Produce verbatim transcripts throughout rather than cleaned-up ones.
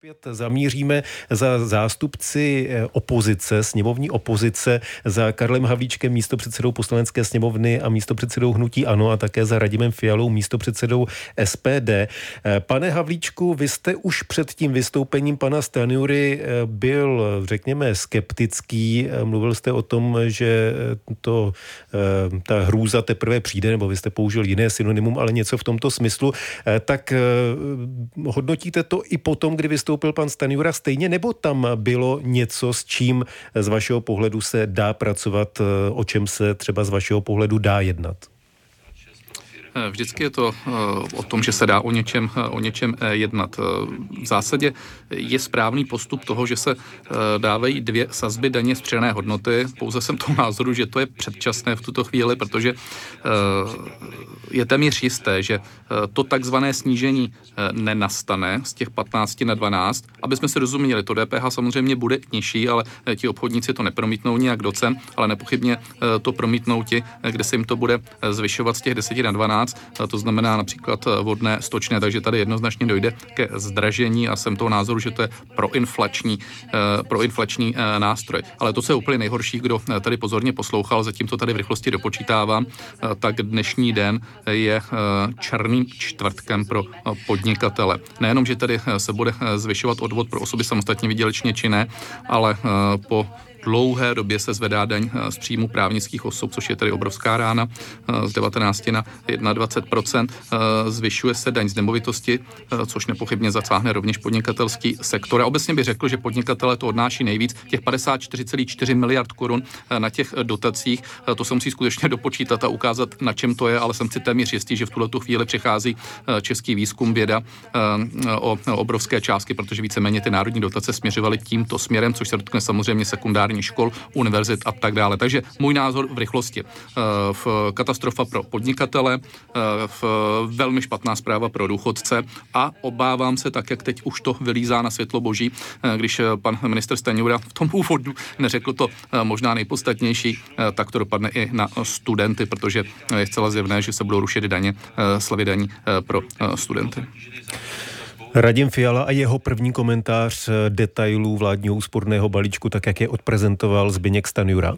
Opět zamíříme za zástupci opozice, sněmovní opozice, za Karlem Havlíčkem, místopředsedou Poslanecké sněmovny a místopředsedou hnutí ANO a také za Radimem Fialou, místopředsedou S P D. Pane Havlíčku, vy jste už před tím vystoupením pana Stanjury byl, řekněme, skeptický. Mluvil jste o tom, že to, ta hrůza teprve přijde, nebo vy jste použil jiné synonymum, ale něco v tomto smyslu. Tak hodnotíte to i potom, kdy vystoupil pan Stanjura stejně, nebo tam bylo něco, s čím z vašeho pohledu se dá pracovat, o čem se třeba z vašeho pohledu dá jednat? Vždycky je to o tom, že se dá o něčem, o něčem jednat. V zásadě je správný postup toho, že se dávají dvě sazby daně z přidané hodnoty. Pouze jsem toho názoru, že to je předčasné v tuto chvíli, protože je téměř jisté, že to takzvané snížení nenastane z těch patnácti na dvanáct. Aby jsme si rozuměli, to D P H samozřejmě bude nižší, ale ti obchodníci to nepromítnou nijak do cen, ale nepochybně to promítnou ti, kde se jim to bude zvyšovat z těch deseti na dvanáct. To znamená například vodné, stočné, takže tady jednoznačně dojde ke zdražení a jsem toho názoru, že to je proinflační, proinflační nástroj. Ale to, co je úplně nejhorší, kdo tady pozorně poslouchal, zatím to tady v rychlosti dopočítávám, tak dnešní den je černým čtvrtkem pro podnikatele. Nejenom, že tady se bude zvyšovat odvod pro osoby samostatně výdělečně činné, ale po dlouhé době se zvedá daň z příjmu právnických osob, což je tedy obrovská rána, z devatenácti na dvacet jedna procent. Zvyšuje se daň z nemovitosti, což nepochybně zacáhne rovněž podnikatelský sektor. A obecně bych řekl, že podnikatele to odnáší nejvíc, těch padesát čtyři celá čtyři miliard korun na těch dotacích. To se musí skutečně dopočítat a ukázat, na čem to je, ale jsem si téměř jistý, že v tuhletu chvíli přichází český výzkum, věda o obrovské částky, protože víceméně ty národní dotace směřovaly tímto směrem, což se dotkne samozřejmě sekundární škol, univerzit a tak dále. Takže můj názor v rychlosti. V katastrofa pro podnikatele, v velmi špatná zpráva pro důchodce a obávám se tak, jak teď už to vylízá na světlo boží, když pan ministr Stanjura v tom úvodu neřekl to možná nejpodstatnější, tak to dopadne i na studenty, protože je zcela zjevné, že se budou rušit daně, slevy daní pro studenty. Radim Fiala a jeho první komentář detailů vládního úsporného balíčku, tak jak je odprezentoval Zbyněk Stanjura?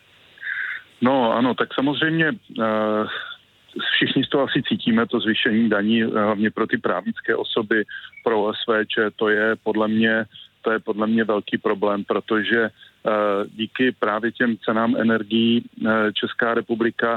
No ano, tak samozřejmě všichni z toho asi cítíme, to zvýšení daní, hlavně pro ty právnické osoby, pro O S V Č, to je podle mě, to je podle mě velký problém, protože díky právě těm cenám energií Česká republika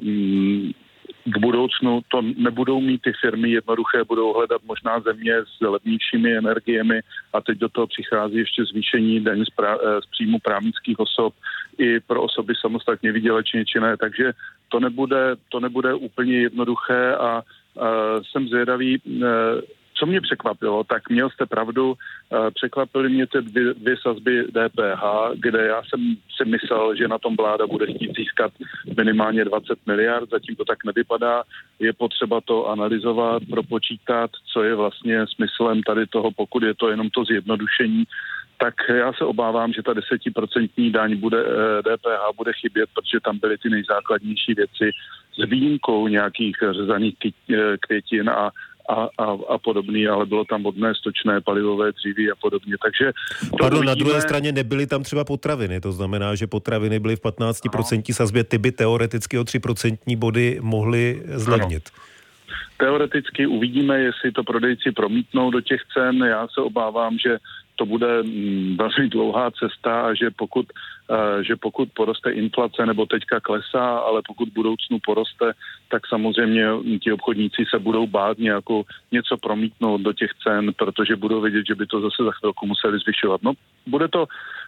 v budoucnu to nebudou mít ty firmy jednoduché, budou hledat možná země s levnějšími energiemi a teď do toho přichází ještě zvýšení daní z, prá- z příjmu právnických osob i pro osoby samostatně výdělečně činné, takže to nebude, to nebude úplně jednoduché a, a jsem zvědavý. E, Co mě překvapilo, tak měl jste pravdu, překvapily mě ty dvě, dvě sazby D P H, kde já jsem si myslel, že na tom vláda bude chtít získat minimálně dvacet miliard, zatím to tak nevypadá, je potřeba to analyzovat, propočítat, co je vlastně smyslem tady toho, pokud je to jenom to zjednodušení, tak já se obávám, že ta desetiprocentní daň bude, D P H bude chybět, protože tam byly ty nejzákladnější věci s výjimkou nějakých řezaných květin a A, a, a podobný, ale bylo tam vodné, stočné, palivové dříví a podobně. Takže Pardon, uvidíme... na druhé straně nebyly tam třeba potraviny, to znamená, že potraviny byly v patnáct procent sazbě, ty by teoreticky o tři procentní body mohly zlevnit. Ano. Teoreticky uvidíme, jestli to prodejci promítnou do těch cen. Já se obávám, že to bude velmi dlouhá cesta a že pokud, že pokud poroste inflace nebo teďka klesá, ale pokud v budoucnu poroste, tak samozřejmě ti obchodníci se budou bát nějakou, něco promítnout do těch cen, protože budou vědět, že by to zase za chvilku museli zvyšovat. No, bude to,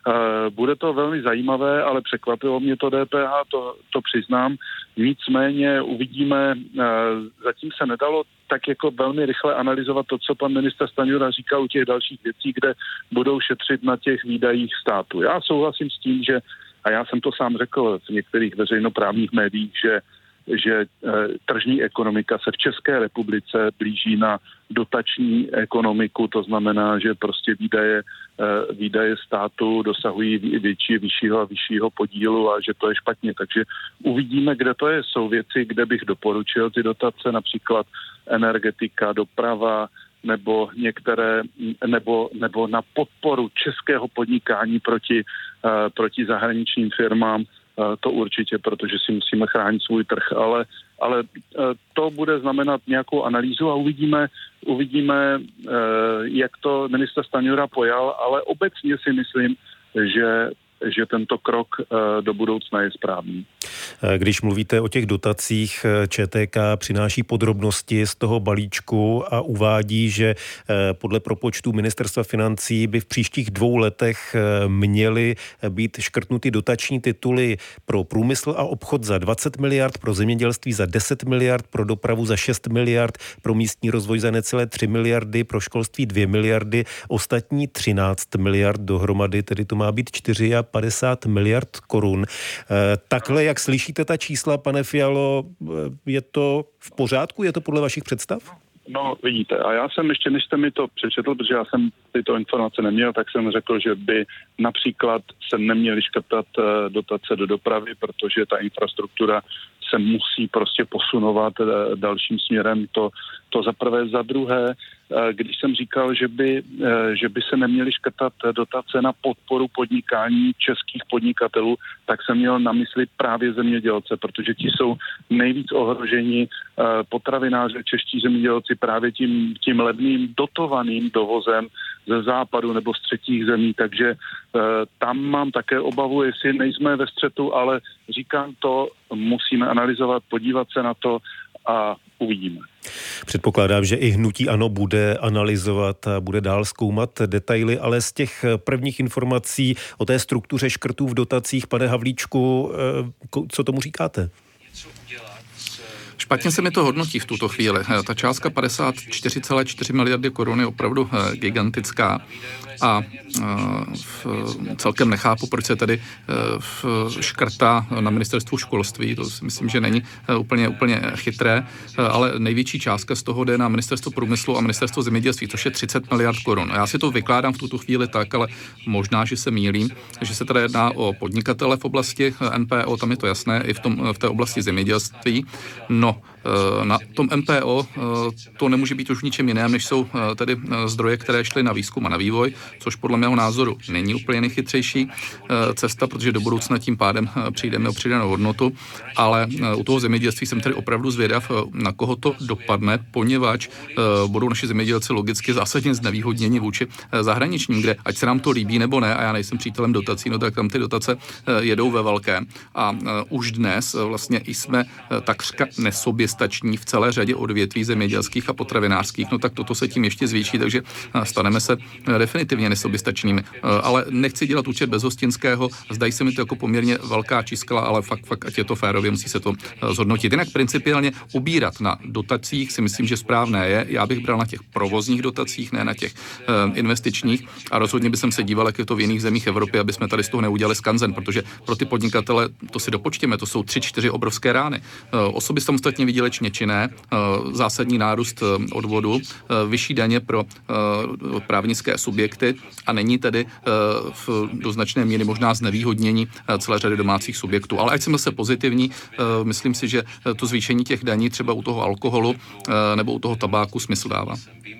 bude to velmi zajímavé, ale překvapilo mě to D P H, to, to přiznám. Nicméně uvidíme, zatím se nedalo tak jako velmi rychle analyzovat to, co pan ministr Stanjura říkal u těch dalších věcí, kde budou šetřit na těch výdajích státu. Já souhlasím s tím, že, a já jsem to sám řekl v některých veřejnoprávních médiích, že že e, tržní ekonomika se v České republice blíží na dotační ekonomiku, to znamená, že prostě výdaje, e, výdaje státu dosahují větší, vyššího a vyššího podílu a že to je špatně. Takže uvidíme, kde to je. Jsou věci, kde bych doporučil ty dotace, například energetika, doprava, nebo některé, nebo, nebo na podporu českého podnikání proti, proti zahraničním firmám. To určitě, protože si musíme chránit svůj trh, ale, ale to bude znamenat nějakou analýzu a uvidíme, uvidíme, jak to ministr Stanjura pojal, ale obecně si myslím, že že tento krok do budoucna je správný. Když mluvíte o těch dotacích, ČTK přináší podrobnosti z toho balíčku a uvádí, že podle propočtu Ministerstva financí by v příštích dvou letech měly být škrtnuty dotační tituly pro průmysl a obchod za dvacet miliard, pro zemědělství za deset miliard, pro dopravu za šest miliard, pro místní rozvoj za necelé tři miliardy, pro školství dvě miliardy, ostatní třináct miliard dohromady, tedy to má být padesát čtyři miliard korun. Takhle, jak slyšíte ta čísla, pane Fialo, je to v pořádku? Je to podle vašich představ? No, vidíte, a já jsem ještě, než jste mi to přečetl, protože já jsem tyto informace neměl, tak jsem řekl, že by například se neměly škrtat dotace do dopravy, protože ta infrastruktura se musí prostě posunovat dalším směrem. To, to za prvé. Za druhé, když jsem říkal, že by, že by se neměly škrtat dotace na podporu podnikání českých podnikatelů, tak jsem měl na mysli právě zemědělce, protože ti jsou nejvíc ohroženi, potravináři, čeští zemědělci právě tím, tím levným dotovaným dovozem ze západu nebo z třetích zemí, takže tam mám také obavu, jestli nejsme ve střetu, ale říkám to, musíme analyzovat, podívat se na to a uvidíme. Předpokládám, že i hnutí ANO bude analyzovat a bude dál zkoumat detaily, ale z těch prvních informací o té struktuře škrtů v dotacích, pane Havlíčku, co tomu říkáte? Špatně se mi to hodnotí v tuto chvíli. Ta částka padesát čtyři celé čtyři miliardy korun je opravdu gigantická a celkem nechápu, proč se tady škrtá na ministerstvu školství. To si myslím, že není úplně, úplně chytré, ale největší částka z toho jde na ministerstvo průmyslu a ministerstvo zemědělství, což je třicet miliard korun. Já si to vykládám v tuto chvíli tak, ale možná, že se mýlím, že se tady jedná o podnikatele v oblasti N P O, tam je to jasné, i v, tom, v té oblasti zemědělství. No, na tom M P O to nemůže být už v ničem jiném, než jsou tedy zdroje, které šly na výzkum a na vývoj, což podle mého názoru není úplně nejchytřejší cesta, protože do budoucna tím pádem přijdeme o přidanou hodnotu, ale u toho zemědělství jsem tedy opravdu zvědav, na koho to dopadne, poněvadž budou naši zemědělci logicky zásadně znevýhodněni vůči zahraničním, kde ať se nám to líbí nebo ne, a já nejsem přítelem dotací, no tak tam ty dotace jedou ve velkém a už dnes vlastně jsme takřka nesoběstační v celé řadě odvětví zemědělských a potravinářských, no tak toto se tím ještě zvýší, takže staneme se definitivně nesoběstačnými. Ale nechci dělat účet bez hostinského, zdají se mi to jako poměrně velká čísla, ale fakt, fakt, ať je to férově, musí se to zhodnotit. Jinak principiálně ubírat na dotacích si myslím, že správné je. Já bych bral na těch provozních dotacích, ne na těch investičních a rozhodně bych se díval, jak je to v jiných zemích Evropy, aby jsme tady z toho neudělali skanzen, protože pro ty podnikatele, to si dopočtěme, to jsou tři, čtyři obrovské rány. Osoby samostatně výdělečně činné, zásadní nárůst odvodu, vyšší daně pro právnické subjekty a není tedy v do značné míry možná znevýhodnění celé řady domácích subjektů. Ale ať jsme se pozitivní, myslím si, že to zvýšení těch daní třeba u toho alkoholu nebo u toho tabáku smysl dává.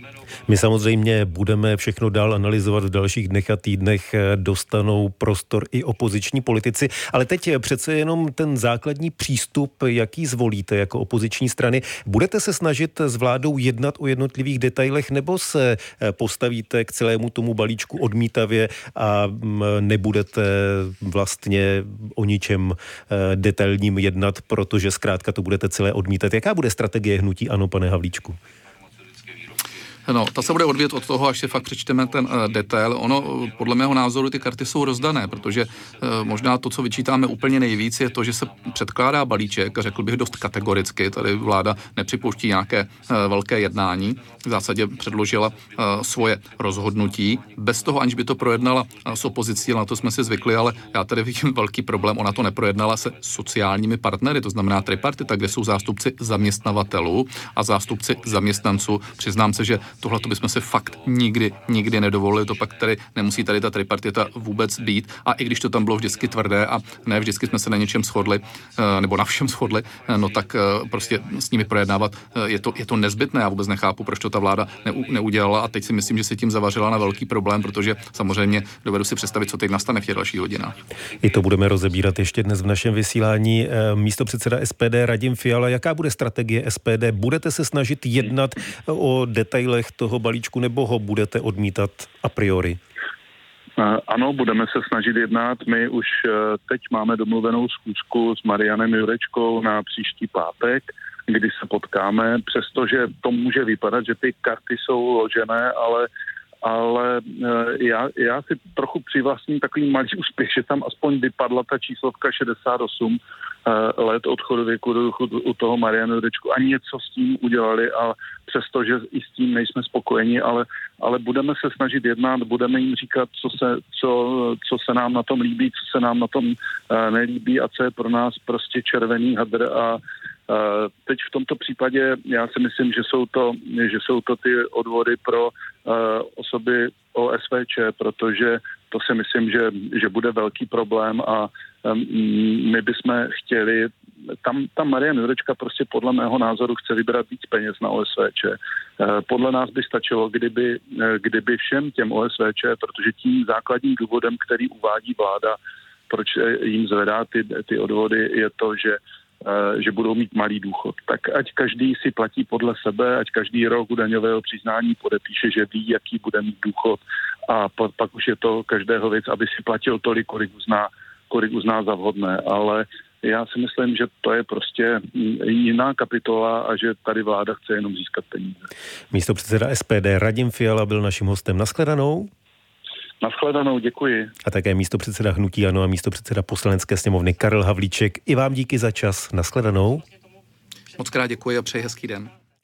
My samozřejmě budeme všechno dál analyzovat v dalších dnech a týdnech, dostanou prostor i opoziční politici, ale teď přece jenom ten základní přístup, jaký zvolíte jako opoziční strany. Budete se snažit s vládou jednat o jednotlivých detailech nebo se postavíte k celému tomu balíčku odmítavě a nebudete vlastně o ničem detailním jednat, protože zkrátka to budete celé odmítat. Jaká bude strategie hnutí ANO, pane Havlíčku? No, ta se bude odvíjet od toho, až si fakt přečteme ten uh, detail. Ono, podle mého názoru, ty karty jsou rozdané, protože uh, možná to, co vyčítáme úplně nejvíc, je to, že se předkládá balíček, a řekl bych dost kategoricky, tady vláda nepřipouští nějaké uh, velké jednání, v zásadě předložila uh, svoje rozhodnutí, bez toho, aniž by to projednala uh, s opozicí, na to jsme si zvykli, ale já tady vidím velký problém, ona to neprojednala se sociálními partnery, to znamená tripartita, kde jsou zástupci zaměstnavatelů a zástupci zaměstnanců. Přiznám se, že tohle to bychom si fakt nikdy, nikdy nedovolili, to pak tady nemusí tady ta tripartita vůbec být. A i když to tam bylo vždycky tvrdé a ne vždycky jsme se na něčem shodli, nebo na všem shodli, no tak prostě s nimi projednávat je to, je to nezbytné. Já vůbec nechápu, proč to ta vláda neudělala a teď si myslím, že se tím zavařila na velký problém, protože samozřejmě dovedu si představit, co teď nastane v těch dalších hodinách. I to budeme rozebírat ještě dnes v našem vysílání. Místopředseda S P D Radim Fiala, jaká bude strategie S P D? Budete se snažit jednat o detailech toho balíčku nebo ho budete odmítat a priori? Ano, budeme se snažit jednat. My už teď máme domluvenou schůzku s Marianem Jurečkou na příští pátek, kdy se potkáme, přestože to může vypadat, že ty karty jsou ložené, ale ale já, já si trochu přivlastním takový malý úspěch, že tam aspoň vypadla ta číslovka šedesát osm let odchodu věku do důchodu u toho Mariana Jurečku a něco s tím udělali a přestože i s tím nejsme spokojeni, ale, ale budeme se snažit jednat, budeme jim říkat, co se, co, co se nám na tom líbí, co se nám na tom nelíbí a co je pro nás prostě červený hadr a teď v tomto případě já si myslím, že jsou to, že jsou to ty odvody pro uh, osoby O S V Č, protože to si myslím, že, že bude velký problém a um, my bychom chtěli, tam, tam Marian Jurečka prostě podle mého názoru chce vybrat víc peněz na O S V Č. Uh, podle nás by stačilo, kdyby, kdyby všem těm O S V Č, protože tím základním důvodem, který uvádí vláda, proč jim zvedá ty, ty odvody, je to, že že budou mít malý důchod. Tak ať každý si platí podle sebe, ať každý rok u daňového přiznání podepíše, že ví, jaký bude mít důchod a pak už je to každého věc, aby si platil tolik, kolik uzná, kolik uzná za vhodné. Ale já si myslím, že to je prostě jiná kapitola a že tady vláda chce jenom získat peníze. Místopředseda S P D Radim Fiala byl naším hostem. Nashledanou. Nashledanou, děkuji. A také místopředseda Hnutí ANO a místopředseda Poslanecké sněmovny Karel Havlíček. I vám díky za čas. Nashledanou. Moc krát děkuji a přeji hezký den.